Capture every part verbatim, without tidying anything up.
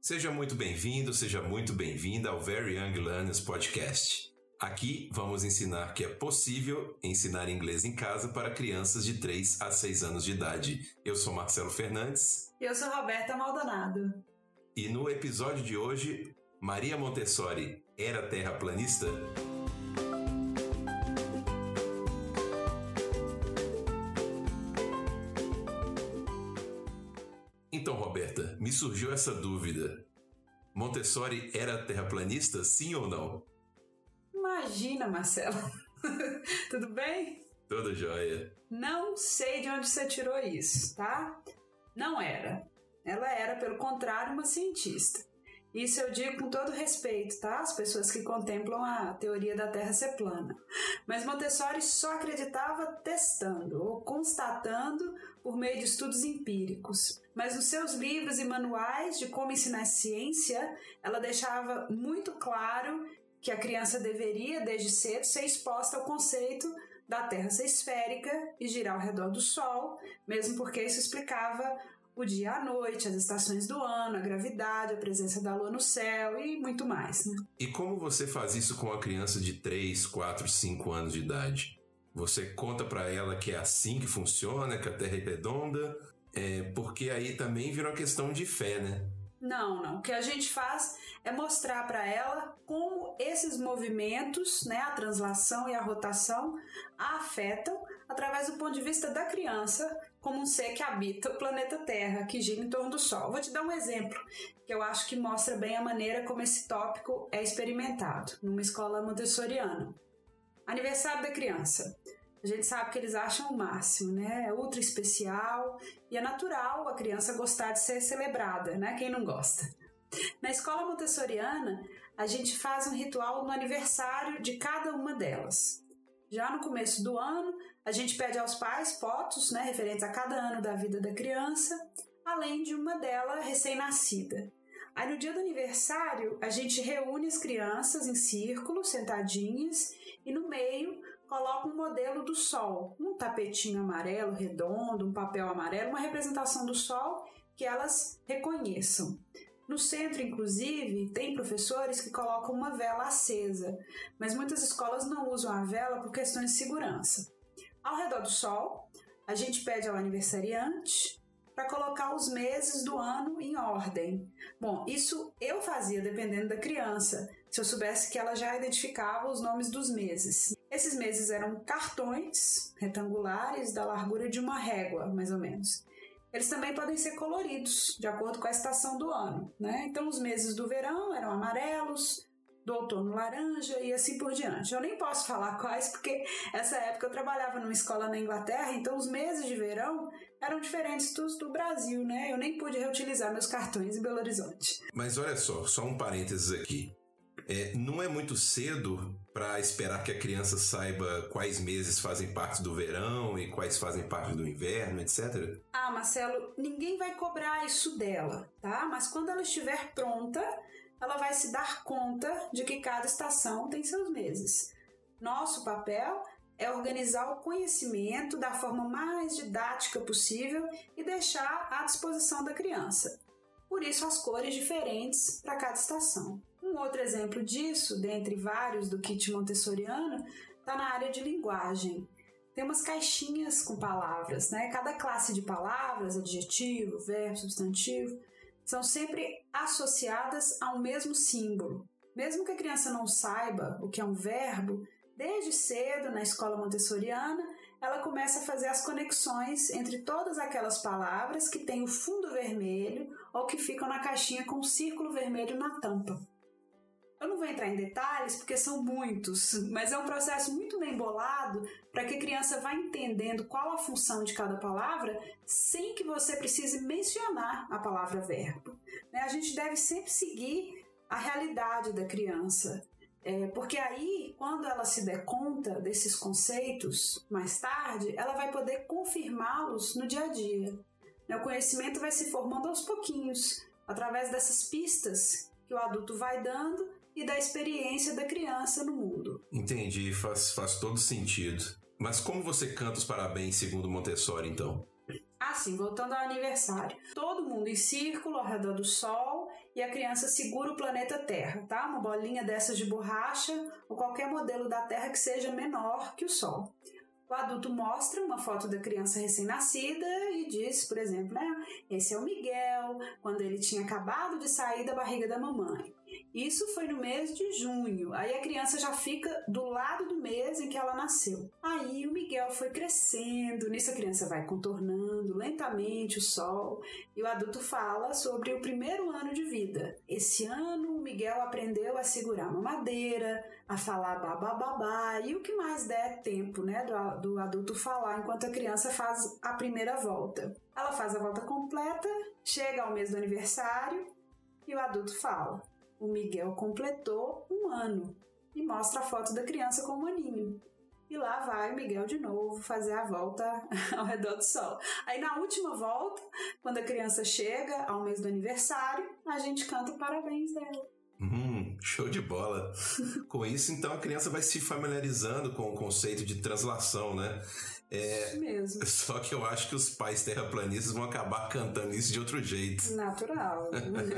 Seja muito bem-vindo, seja muito bem-vinda ao Very Young Learners Podcast. Aqui vamos ensinar que é possível ensinar inglês em casa para crianças de três a seis anos de idade. Eu sou Marcelo Fernandes. Eu sou Roberta Maldonado. E no episódio de hoje, Maria Montessori era terraplanista? Então, Roberta, me surgiu essa dúvida. Montessori era terraplanista, sim ou não? Imagina, Marcelo. Tudo bem? Tudo jóia. Não sei de onde você tirou isso, tá? Não era. Ela era, pelo contrário, uma cientista. Isso eu digo com todo respeito, tá? As pessoas que contemplam a teoria da Terra ser plana. Mas Montessori só acreditava testando ou constatando por meio de estudos empíricos. Mas nos seus livros e manuais de como ensinar ciência, ela deixava muito claro que a criança deveria, desde cedo, ser exposta ao conceito da Terra ser esférica e girar ao redor do Sol, mesmo porque isso explicava o dia à noite, as estações do ano, a gravidade, a presença da lua no céu e muito mais, né? E como você faz isso com uma criança de três, quatro, cinco anos de idade? Você conta para ela que é assim que funciona, que a Terra é redonda, é, porque aí também vira uma questão de fé, né? Não, não. O que a gente faz é mostrar para ela como esses movimentos, né, a translação e a rotação, a afetam através do ponto de vista da criança como um ser que habita o planeta Terra, que gira em torno do Sol. Vou te dar um exemplo que eu acho que mostra bem a maneira como esse tópico é experimentado numa escola montessoriana. Aniversário da criança. A gente sabe que eles acham o máximo, né? É ultra especial e é natural a criança gostar de ser celebrada, né? Quem não gosta? Na escola montessoriana, a gente faz um ritual no aniversário de cada uma delas. Já no começo do ano, a gente pede aos pais fotos, né, referentes a cada ano da vida da criança, além de uma dela recém-nascida. Aí no dia do aniversário, a gente reúne as crianças em círculo, sentadinhas, e no meio coloca um modelo do Sol, um tapetinho amarelo redondo, um papel amarelo, uma representação do Sol que elas reconheçam. No centro, inclusive, tem professores que colocam uma vela acesa, mas muitas escolas não usam a vela por questões de segurança. Ao redor do Sol, a gente pede ao aniversariante para colocar os meses do ano em ordem. Bom, isso eu fazia dependendo da criança, se eu soubesse que ela já identificava os nomes dos meses. Esses meses eram cartões retangulares da largura de uma régua, mais ou menos. Eles também podem ser coloridos, de acordo com a estação do ano, né? Então, os meses do verão eram amarelos, do outono laranja e assim por diante. Eu nem posso falar quais, porque essa época eu trabalhava numa escola na Inglaterra, então os meses de verão eram diferentes dos do Brasil, né? Eu nem pude reutilizar meus cartões em Belo Horizonte. Mas olha só, só um parênteses aqui. É, não é muito cedo para esperar que a criança saiba quais meses fazem parte do verão e quais fazem parte do inverno, etcétera? Ah, Marcelo, ninguém vai cobrar isso dela, tá? Mas quando ela estiver pronta, ela vai se dar conta de que cada estação tem seus meses. Nosso papel é organizar o conhecimento da forma mais didática possível e deixar à disposição da criança. Por isso, as cores diferentes para cada estação. Um outro exemplo disso, dentre vários do kit montessoriano, está na área de linguagem. Tem umas caixinhas com palavras, né? Cada classe de palavras, adjetivo, verbo, substantivo, são sempre associadas a um mesmo símbolo. Mesmo que a criança não saiba o que é um verbo, desde cedo na escola montessoriana, ela começa a fazer as conexões entre todas aquelas palavras que têm o fundo vermelho ou que ficam na caixinha com o círculo vermelho na tampa. Eu não vou entrar em detalhes porque são muitos, mas é um processo muito bem bolado para que a criança vá entendendo qual a função de cada palavra sem que você precise mencionar a palavra verbo. A gente deve sempre seguir a realidade da criança, porque aí, quando ela se der conta desses conceitos mais tarde, ela vai poder confirmá-los no dia a dia. O conhecimento vai se formando aos pouquinhos, através dessas pistas que o adulto vai dando e da experiência da criança no mundo. Entendi, faz, faz todo sentido. Mas como você canta os parabéns segundo Montessori, então? Assim, voltando ao aniversário. Todo mundo em círculo ao redor do sol e a criança segura o planeta Terra, tá? Uma bolinha dessas de borracha ou qualquer modelo da Terra que seja menor que o Sol. O adulto mostra uma foto da criança recém-nascida e diz, por exemplo, né? Esse é o Miguel, quando ele tinha acabado de sair da barriga da mamãe. Isso foi no mês de junho. Aí a criança já fica do lado do mês em que ela nasceu. Aí o Miguel foi crescendo, nisso a criança vai contornando lentamente o sol e o adulto fala sobre o primeiro ano de vida. Esse ano o Miguel aprendeu a segurar uma madeira, a falar babá babá e o que mais der tempo, né, do, do adulto falar enquanto a criança faz a primeira volta. Ela faz a volta completa, chega ao mês do aniversário e o adulto fala: o Miguel completou um ano e mostra a foto da criança com um aninho. E lá vai o Miguel de novo fazer a volta ao redor do sol. Aí na última volta, quando a criança chega ao mês do aniversário, a gente canta o parabéns dela. Hum, show de bola. Com isso, então, a criança vai se familiarizando com o conceito de translação, né? É, isso mesmo. Só que eu acho que os pais terraplanistas vão acabar cantando isso de outro jeito. Natural.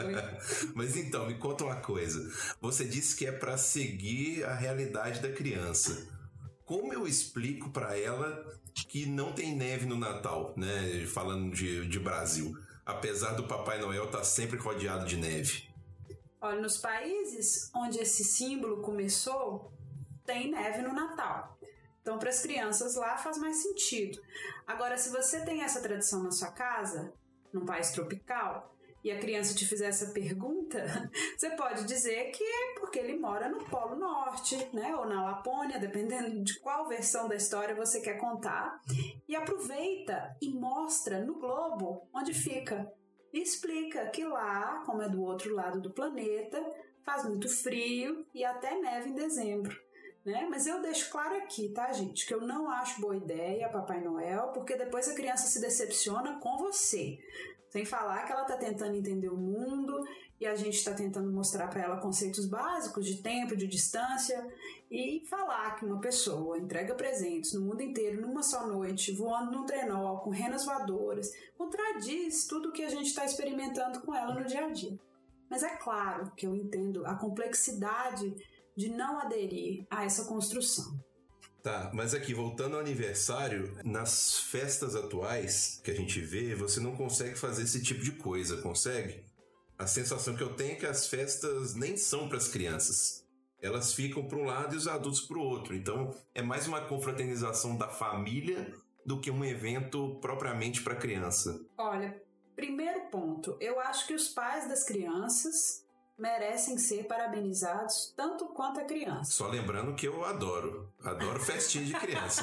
Mas então, me conta uma coisa. Você disse que é para seguir a realidade da criança. Como eu explico para ela que não tem neve no Natal, né? Falando de, de Brasil. Apesar do Papai Noel estar sempre rodeado de neve. Olha, nos países onde esse símbolo começou, tem neve no Natal. Então, para as crianças lá faz mais sentido. Agora, se você tem essa tradição na sua casa, num país tropical, e a criança te fizer essa pergunta, você pode dizer que é porque ele mora no Polo Norte, né? Ou na Lapônia, dependendo de qual versão da história você quer contar. E aproveita e mostra no globo onde fica. E explica que lá, como é do outro lado do planeta, faz muito frio e até neve em dezembro. Né? Mas eu deixo claro aqui, tá, gente, que eu não acho boa ideia Papai Noel, porque depois a criança se decepciona com você. Sem falar que ela está tentando entender o mundo e a gente está tentando mostrar para ela conceitos básicos de tempo, de distância, e falar que uma pessoa entrega presentes no mundo inteiro numa só noite, voando num trenó, com renas voadoras, contradiz tudo o que a gente está experimentando com ela no dia a dia. Mas é claro que eu entendo a complexidade de não aderir a essa construção. Tá, mas aqui, voltando ao aniversário, nas festas atuais que a gente vê, você não consegue fazer esse tipo de coisa, consegue? A sensação que eu tenho é que as festas nem são para as crianças. Elas ficam para um lado e os adultos para o outro. Então, é mais uma confraternização da família do que um evento propriamente para a criança. Olha, primeiro ponto, eu acho que os pais das crianças merecem ser parabenizados tanto quanto a criança. Só lembrando que eu adoro. Adoro festinha de criança.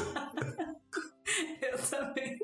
Eu também.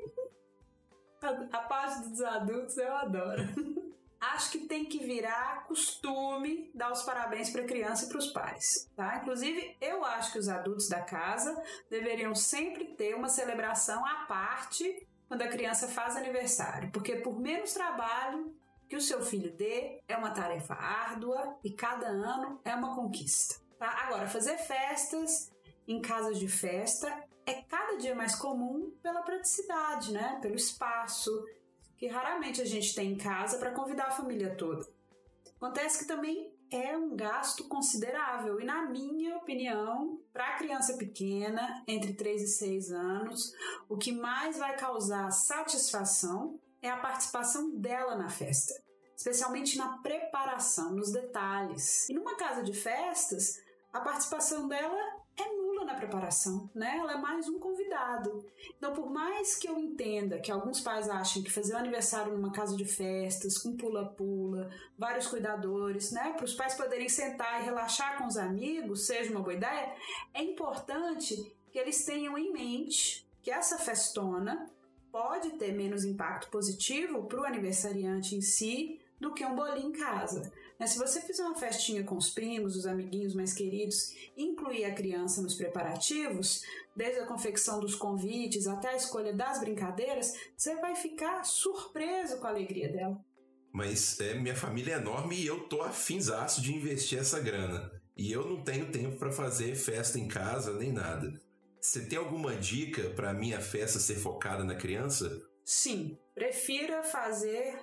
A, a parte dos adultos eu adoro. Acho que tem que virar costume dar os parabéns para a criança e para os pais, tá? Inclusive, eu acho que os adultos da casa deveriam sempre ter uma celebração à parte quando a criança faz aniversário, porque por menos trabalho que o seu filho dê, é uma tarefa árdua e cada ano é uma conquista. Tá? Agora, fazer festas em casas de festa é cada dia mais comum pela praticidade, né? Pelo espaço, que raramente a gente tem em casa para convidar a família toda. Acontece que também é um gasto considerável e, na minha opinião, para a criança pequena, entre três e seis anos, o que mais vai causar satisfação é a participação dela na festa, especialmente na preparação, nos detalhes. E numa casa de festas, a participação dela é nula na preparação, né? Ela é mais um convidado. Então, por mais que eu entenda que alguns pais achem que fazer um aniversário numa casa de festas, com pula-pula, vários cuidadores, né? Para os pais poderem sentar e relaxar com os amigos, seja uma boa ideia, é importante que eles tenham em mente que essa festona pode ter menos impacto positivo para o aniversariante em si do que um bolinho em casa. Se você fizer uma festinha com os primos, os amiguinhos mais queridos, incluir a criança nos preparativos, desde a confecção dos convites até a escolha das brincadeiras, você vai ficar surpreso com a alegria dela. Mas é, minha família é enorme e eu tô afinzaço de investir essa grana. E eu não tenho tempo para fazer festa em casa nem nada. Você tem alguma dica para a minha festa ser focada na criança? Sim, prefira fazer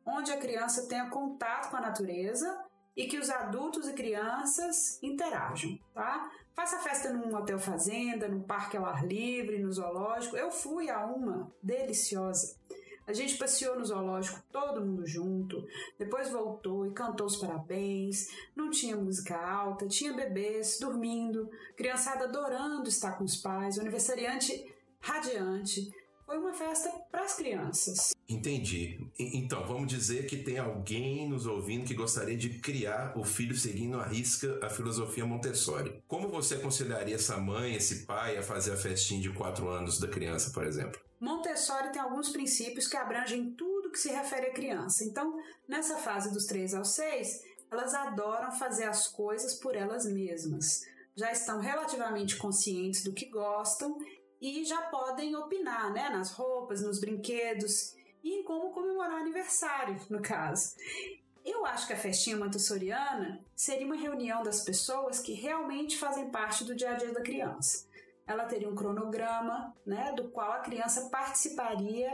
onde a criança tenha contato com a natureza e que os adultos e crianças interajam, tá? Faça festa num hotel fazenda, num parque ao ar livre, no zoológico. Eu fui a uma deliciosa. A gente passeou no zoológico, todo mundo junto, depois voltou e cantou os parabéns, não tinha música alta, tinha bebês dormindo, criançada adorando estar com os pais, o aniversariante radiante. Foi uma festa para as crianças. Entendi. Então, vamos dizer que tem alguém nos ouvindo que gostaria de criar o filho seguindo à risca a filosofia Montessori. Como você aconselharia essa mãe, esse pai a fazer a festinha de quatro anos da criança, por exemplo? Montessori tem alguns princípios que abrangem tudo que se refere à criança. Então, nessa fase dos três aos seis, elas adoram fazer as coisas por elas mesmas. Já estão relativamente conscientes do que gostam e já podem opinar, né, nas roupas, nos brinquedos e em como comemorar o aniversário, no caso. Eu acho que a festinha montessoriana seria uma reunião das pessoas que realmente fazem parte do dia a dia da criança. Ela teria um cronograma, né, do qual a criança participaria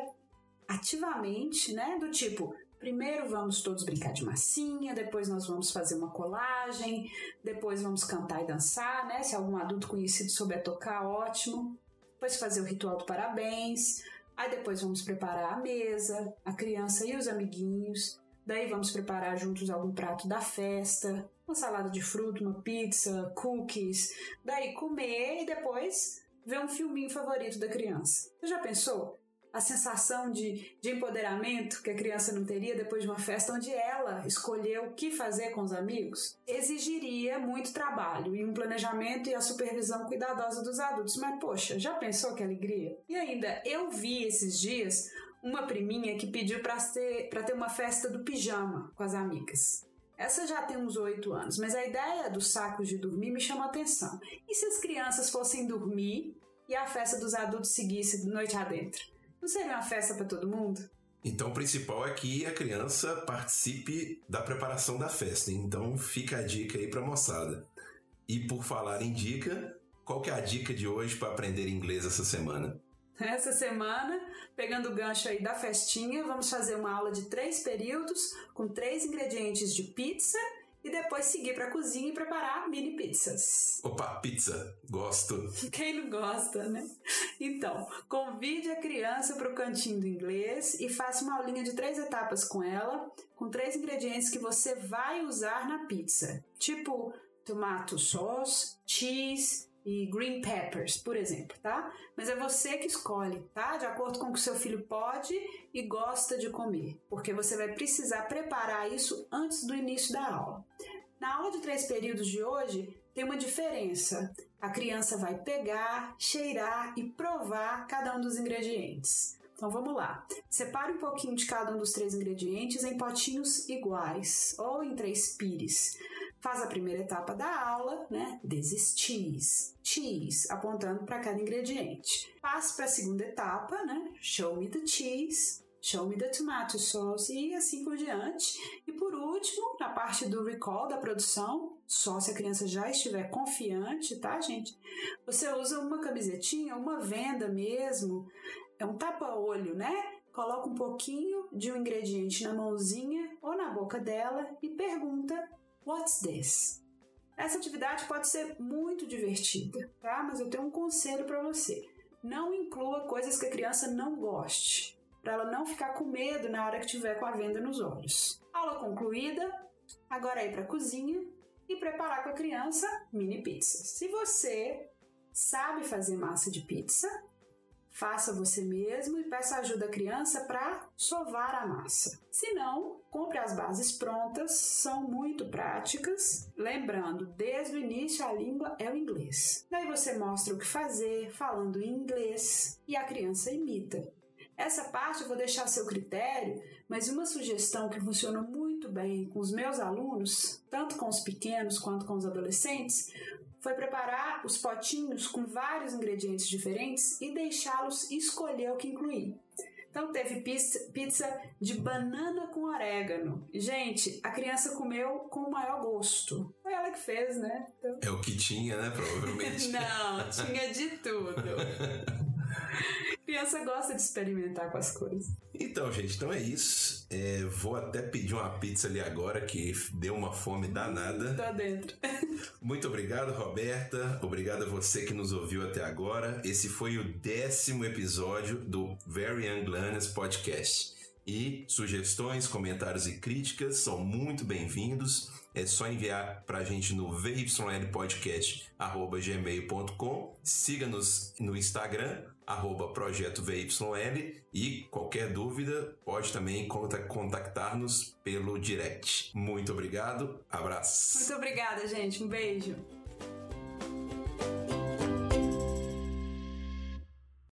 ativamente, né, do tipo, primeiro vamos todos brincar de massinha, depois nós vamos fazer uma colagem, depois vamos cantar e dançar, né, se algum adulto conhecido souber tocar, ótimo. Depois fazer o ritual do parabéns, aí depois vamos preparar a mesa, a criança e os amiguinhos, daí vamos preparar juntos algum prato da festa, uma salada de fruta, uma pizza, cookies, daí comer e depois ver um filminho favorito da criança. Você já pensou? A sensação de, de empoderamento que a criança não teria depois de uma festa onde ela escolheu o que fazer com os amigos? Exigiria muito trabalho e um planejamento e a supervisão cuidadosa dos adultos. Mas, poxa, já pensou que alegria? E ainda, eu vi esses dias uma priminha que pediu para ter, para ter uma festa do pijama com as amigas. Essa já tem uns oito anos, mas a ideia dos sacos de dormir me chamou a atenção. E se as crianças fossem dormir e a festa dos adultos seguisse noite adentro? Não seria uma festa para todo mundo? Então o principal é que a criança participe da preparação da festa. Então fica a dica aí para a moçada. E por falar em dica, qual que é a dica de hoje para aprender inglês essa semana? Essa semana, pegando o gancho aí da festinha, vamos fazer uma aula de três períodos com três ingredientes de pizza e depois seguir para a cozinha e preparar mini pizzas. Opa, pizza! Gosto! Quem não gosta, né? Então, convide a criança para o cantinho do inglês e faça uma aulinha de três etapas com ela, com três ingredientes que você vai usar na pizza. Tipo tomato sauce, cheese e green peppers, por exemplo, tá? Mas é você que escolhe, tá? De acordo com o que o seu filho pode e gosta de comer, porque você vai precisar preparar isso antes do início da aula. Na aula de três períodos de hoje, tem uma diferença. A criança vai pegar, cheirar e provar cada um dos ingredientes. Então vamos lá. Separe um pouquinho de cada um dos três ingredientes em potinhos iguais ou em três pires. Faz a primeira etapa da aula, né? This is cheese. Cheese, apontando para cada ingrediente. Passe para a segunda etapa, né? Show me the cheese. Show me the tomato sauce e assim por diante. E por último, na parte do recall da produção, só se a criança já estiver confiante, tá, gente? Você usa uma camisetinha, uma venda mesmo, é um tapa-olho, né? Coloca um pouquinho de um ingrediente na mãozinha ou na boca dela e pergunta: What's this? Essa atividade pode ser muito divertida, tá? Mas eu tenho um conselho para você. Não inclua coisas que a criança não goste, para ela não ficar com medo na hora que tiver com a venda nos olhos. Aula concluída, agora ir para a cozinha e preparar com a criança mini pizzas. Se você sabe fazer massa de pizza, faça você mesmo e peça ajuda à criança para sovar a massa. Se não, compre as bases prontas, são muito práticas. Lembrando, desde o início a língua é o inglês. Daí você mostra o que fazer, falando em inglês, e a criança imita. Essa parte eu vou deixar a seu critério, mas uma sugestão que funciona muito bem com os meus alunos, tanto com os pequenos quanto com os adolescentes, foi preparar os potinhos com vários ingredientes diferentes e deixá-los escolher o que incluir. Então teve pizza, pizza de banana com orégano. Gente, a criança comeu com o maior gosto. Foi ela que fez, né? Então... É o que tinha, né? Provavelmente. Não, tinha de tudo. criança gosta de experimentar com as coisas. Então, gente, então é isso. É, vou até pedir uma pizza ali agora, que deu uma fome danada. Tô dentro. Muito obrigado, Roberta. Obrigado a você que nos ouviu até agora. Esse foi o décimo episódio do Very Young Learners Podcast. E sugestões, comentários e críticas são muito bem-vindos. É só enviar pra gente no v y l podcast arroba gmail ponto com. Siga-nos no Instagram, arroba projeto V Y L, e qualquer dúvida pode também contactar-nos pelo direct. Muito obrigado, abraço. Muito obrigada, gente. Um beijo.